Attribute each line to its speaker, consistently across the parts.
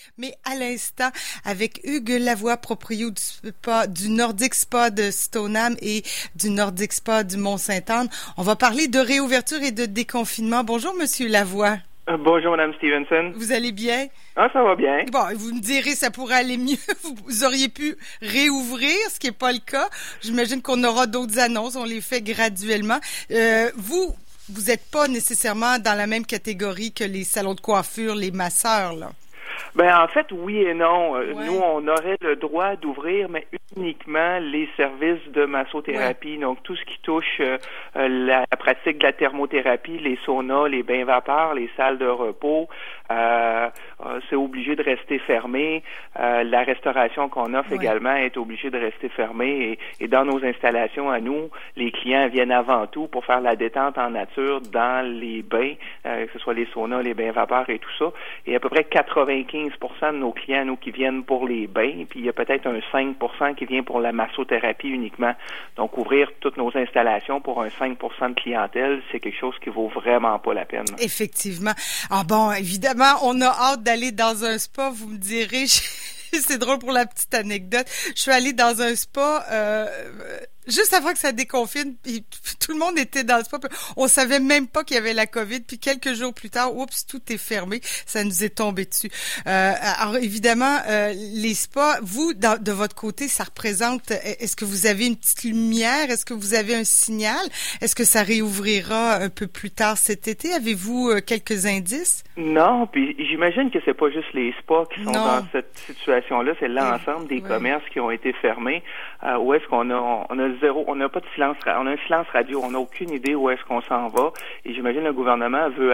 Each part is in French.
Speaker 1: Mais à l'instant, avec Hugues Lavoie, proprio du Nordic Spa de Stoneham et du Nordic Spa du Mont-Sainte-Anne, on va parler de réouverture et de déconfinement. Bonjour, Monsieur Lavoie.
Speaker 2: Bonjour, Madame Stevenson.
Speaker 1: Vous allez bien?
Speaker 2: Ah, ça va bien.
Speaker 1: Bon, vous me direz, ça pourrait aller mieux. Vous auriez pu réouvrir, ce qui n'est pas le cas. J'imagine qu'on aura d'autres annonces. On les fait graduellement. Vous n'êtes pas nécessairement dans la même catégorie que les salons de coiffure, les masseurs, là.
Speaker 2: Ben, en fait, oui et non.
Speaker 1: Ouais.
Speaker 2: Nous, on aurait le droit d'ouvrir, mais uniquement les services de massothérapie. Ouais. Donc, tout ce qui touche la pratique de la thermothérapie, les saunas, les bains vapeurs, les salles de repos, c'est obligé de rester fermé. La restauration qu'on offre également est obligée de rester fermée. Et dans nos installations à nous, les clients viennent avant tout pour faire la détente en nature dans les bains, que ce soit les saunas, les bains vapeurs et tout ça. Et à peu près 95% de nos clients, nous, qui viennent pour les bains, puis il y a peut-être un 5% qui vient pour la massothérapie uniquement. Donc, ouvrir toutes nos installations pour un 5% de clientèle, c'est quelque chose qui vaut vraiment pas la peine.
Speaker 1: Effectivement. Ah bon, évidemment, on a hâte d'aller dans un spa, vous me direz. C'est drôle pour la petite anecdote. Je suis allée dans un spa juste avant que ça déconfine, puis tout le monde était dans le spa. On savait même pas qu'il y avait la COVID, puis quelques jours plus tard, oups, tout est fermé. Ça nous est tombé dessus. Alors évidemment, les spas, vous, de votre côté, ça représente, est-ce que vous avez une petite lumière? Est-ce que vous avez un signal? Est-ce que ça réouvrira un peu plus tard cet été? Avez-vous quelques indices?
Speaker 2: Non, puis j'imagine que c'est pas juste les spas qui sont dans cette situation-là, c'est l'ensemble des commerces qui ont été fermés. Où est-ce qu'on a on n'a pas de silence, on a un silence radio, on n'a aucune idée où est-ce qu'on s'en va. Et j'imagine le gouvernement veut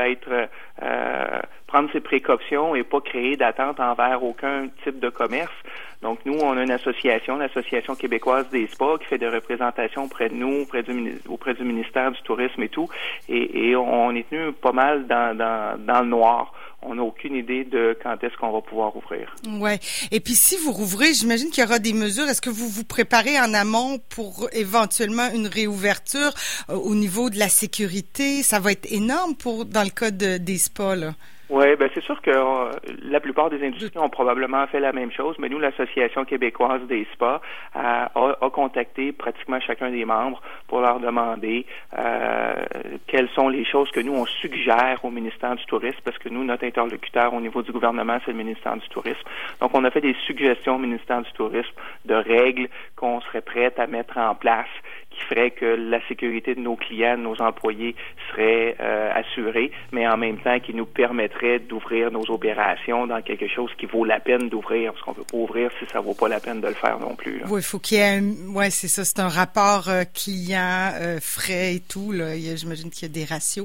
Speaker 2: prendre ses précautions et pas créer d'attente envers aucun type de commerce. Donc, nous, on a une association, l'Association québécoise des spas, qui fait des représentations auprès de nous, auprès du ministère du Tourisme et tout. Et on est tenu pas mal dans le noir. On n'a aucune idée de quand est-ce qu'on va pouvoir ouvrir.
Speaker 1: Ouais. Et puis, si vous rouvrez, j'imagine qu'il y aura des mesures. Est-ce que vous vous préparez en amont pour éventuellement une réouverture au niveau de la sécurité? Ça va être énorme dans le cas des spas, là.
Speaker 2: Oui, ben c'est sûr que la plupart des industries ont probablement fait la même chose, mais nous, l'Association québécoise des spas a contacté pratiquement chacun des membres pour leur demander quelles sont les choses que nous, on suggère au ministère du Tourisme, parce que nous, notre interlocuteur au niveau du gouvernement, c'est le ministère du Tourisme. Donc, on a fait des suggestions au ministère du Tourisme de règles qu'on serait prête à mettre en place qui ferait que la sécurité de nos clients, de nos employés serait assurée, mais en même temps qui nous permettrait d'ouvrir nos opérations dans quelque chose qui vaut la peine d'ouvrir, parce qu'on peut pas ouvrir si ça vaut pas la peine de le faire non plus.
Speaker 1: Oui, il faut qu'il y ait c'est ça, c'est un rapport client, frais et tout, là. J'imagine qu'il y a des ratios.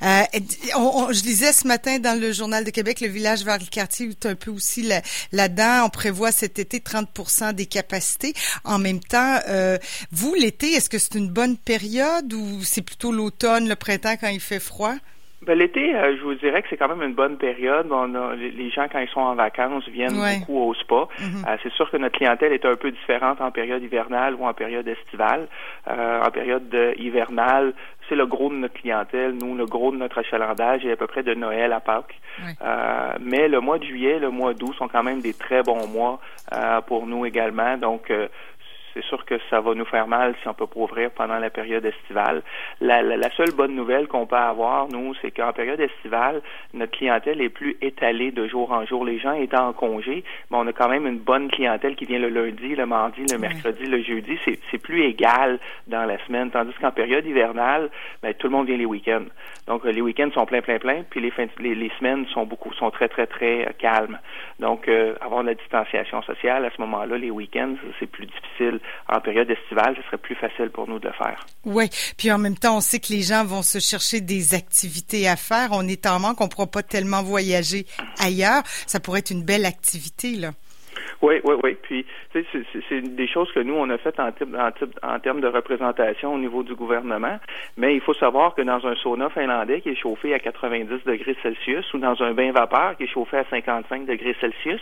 Speaker 1: Je lisais ce matin dans le Journal de Québec, le village vers le quartier, où est un peu aussi là-dedans, on prévoit cet été 30% des capacités. En même temps, vous, l'été, est-ce que c'est une bonne période ou c'est plutôt l'automne, le printemps quand il fait froid?
Speaker 2: Ben, l'été, je vous dirais que c'est quand même une bonne période. Les gens, quand ils sont en vacances, viennent beaucoup au spa. C'est sûr que notre clientèle est un peu différente en période hivernale ou en période estivale. En période hivernale, c'est le gros de notre clientèle. Nous, le gros de notre achalandage est à peu près de Noël à Pâques. Mais le mois de juillet, le mois d'août sont quand même des très bons mois pour nous également. Donc, c'est sûr que ça va nous faire mal si on peut pas ouvrir pendant la période estivale. La seule bonne nouvelle qu'on peut avoir, nous, c'est qu'en période estivale, notre clientèle est plus étalée de jour en jour. Les gens étant en congé, mais on a quand même une bonne clientèle qui vient le lundi, le mardi, le mercredi, le jeudi. C'est plus égal dans la semaine. Tandis qu'en période hivernale, ben, tout le monde vient les week-ends. Donc, les week-ends sont plein, puis les semaines sont très, très, très calmes. Donc, avoir de la distanciation sociale, à ce moment-là, les week-ends, c'est plus difficile. En période estivale, ce serait plus facile pour nous de le faire.
Speaker 1: Oui, puis en même temps, on sait que les gens vont se chercher des activités à faire. On est en manque, on ne pourra pas tellement voyager ailleurs. Ça pourrait être une belle activité, là.
Speaker 2: Oui. Puis, tu sais, c'est des choses que nous, on a faites en termes de représentation au niveau du gouvernement. Mais il faut savoir que dans un sauna finlandais qui est chauffé à 90 degrés Celsius ou dans un bain vapeur qui est chauffé à 55 degrés Celsius,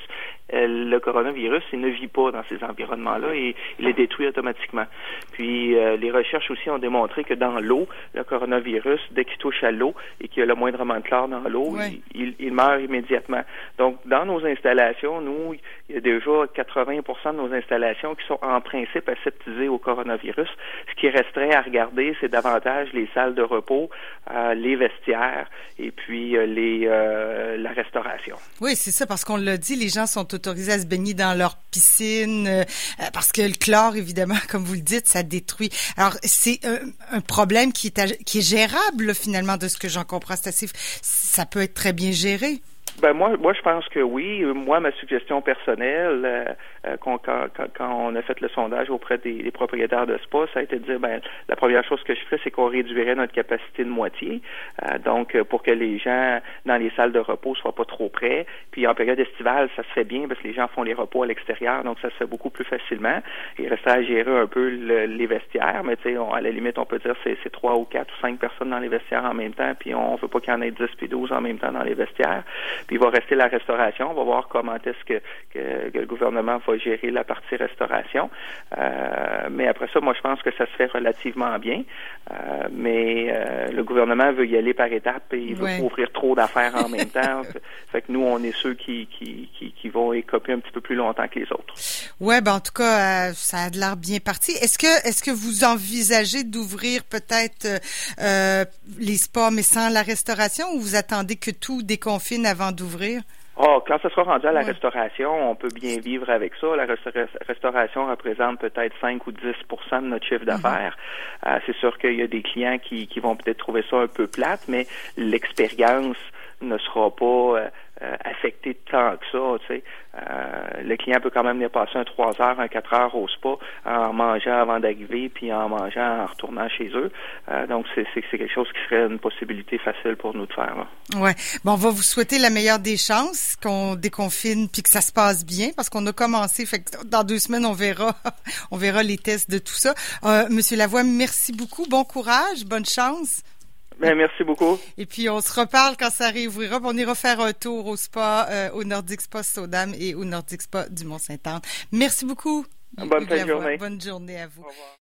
Speaker 2: le coronavirus, il ne vit pas dans ces environnements-là et il est détruit automatiquement. Puis les recherches aussi ont démontré que dans l'eau, le coronavirus, dès qu'il touche à l'eau et qu'il y a le moindrement de chlore dans l'eau, il meurt immédiatement. Donc, dans nos installations, nous, il y a déjà 80% de nos installations qui sont en principe aseptisées au coronavirus. Ce qui resterait à regarder, c'est davantage les salles de repos, les vestiaires et puis la restauration.
Speaker 1: Oui, c'est ça, parce qu'on l'a dit, les gens sont autorisés à se baigner dans leur piscine parce que le chlore, évidemment, comme vous le dites, ça détruit. Alors, c'est un problème qui est gérable, là, finalement, de ce que j'en comprends. Ça peut être très bien géré.
Speaker 2: Ben moi, je pense que oui. Moi, ma suggestion personnelle, quand on a fait le sondage auprès des propriétaires de spa, ça a été de dire, la première chose que je ferais, c'est qu'on réduirait notre capacité de moitié. Donc, pour que les gens dans les salles de repos soient pas trop près. Puis en période estivale, ça se fait bien parce que les gens font les repos à l'extérieur, donc ça se fait beaucoup plus facilement. Il reste à gérer un peu les vestiaires, mais tu sais, à la limite, on peut dire c'est 3 ou 4 ou 5 personnes dans les vestiaires en même temps, puis on veut pas qu'il y en ait 10 puis 12 en même temps dans les vestiaires. Puis il va rester la restauration. On va voir comment est-ce que le gouvernement va gérer la partie restauration. Mais après ça, moi, je pense que ça se fait relativement bien. Mais le gouvernement veut y aller par étapes et il veut pas ouvrir trop d'affaires en même temps. Fait que nous, on est ceux qui vont écoper un petit peu plus longtemps que les autres.
Speaker 1: Ouais, en tout cas, ça a de l'air bien parti. Est-ce que vous envisagez d'ouvrir peut-être les spas, mais sans la restauration, ou vous attendez que tout déconfine avant d'ouvrir?
Speaker 2: Quand ça sera rendu à la restauration, on peut bien vivre avec ça. La restauration représente peut-être 5 ou 10% de notre chiffre d'affaires. C'est sûr qu'il y a des clients qui vont peut-être trouver ça un peu plate, mais l'expérience ne sera pas affecté tant que ça, tu sais. Le client peut quand même venir passer un 3 heures, un 4 heures au spa en mangeant avant d'arriver puis en mangeant en retournant chez eux. Donc, c'est quelque chose qui serait une possibilité facile pour nous de faire. Là.
Speaker 1: Ouais. On va vous souhaiter la meilleure des chances, qu'on déconfine puis que ça se passe bien parce qu'on a commencé. Fait que dans 2 semaines, on verra les tests de tout ça. Monsieur Lavoie, merci beaucoup. Bon courage, bonne chance.
Speaker 2: Merci beaucoup.
Speaker 1: Et puis, on se reparle quand ça réouvrira. On ira faire un tour au spa, au Nordic Spa Saut-Dame et au Nordic Spa du Mont-Sainte-Anne. Merci beaucoup.
Speaker 2: Bonne fin de journée.
Speaker 1: Bonne journée à vous.
Speaker 2: Au revoir.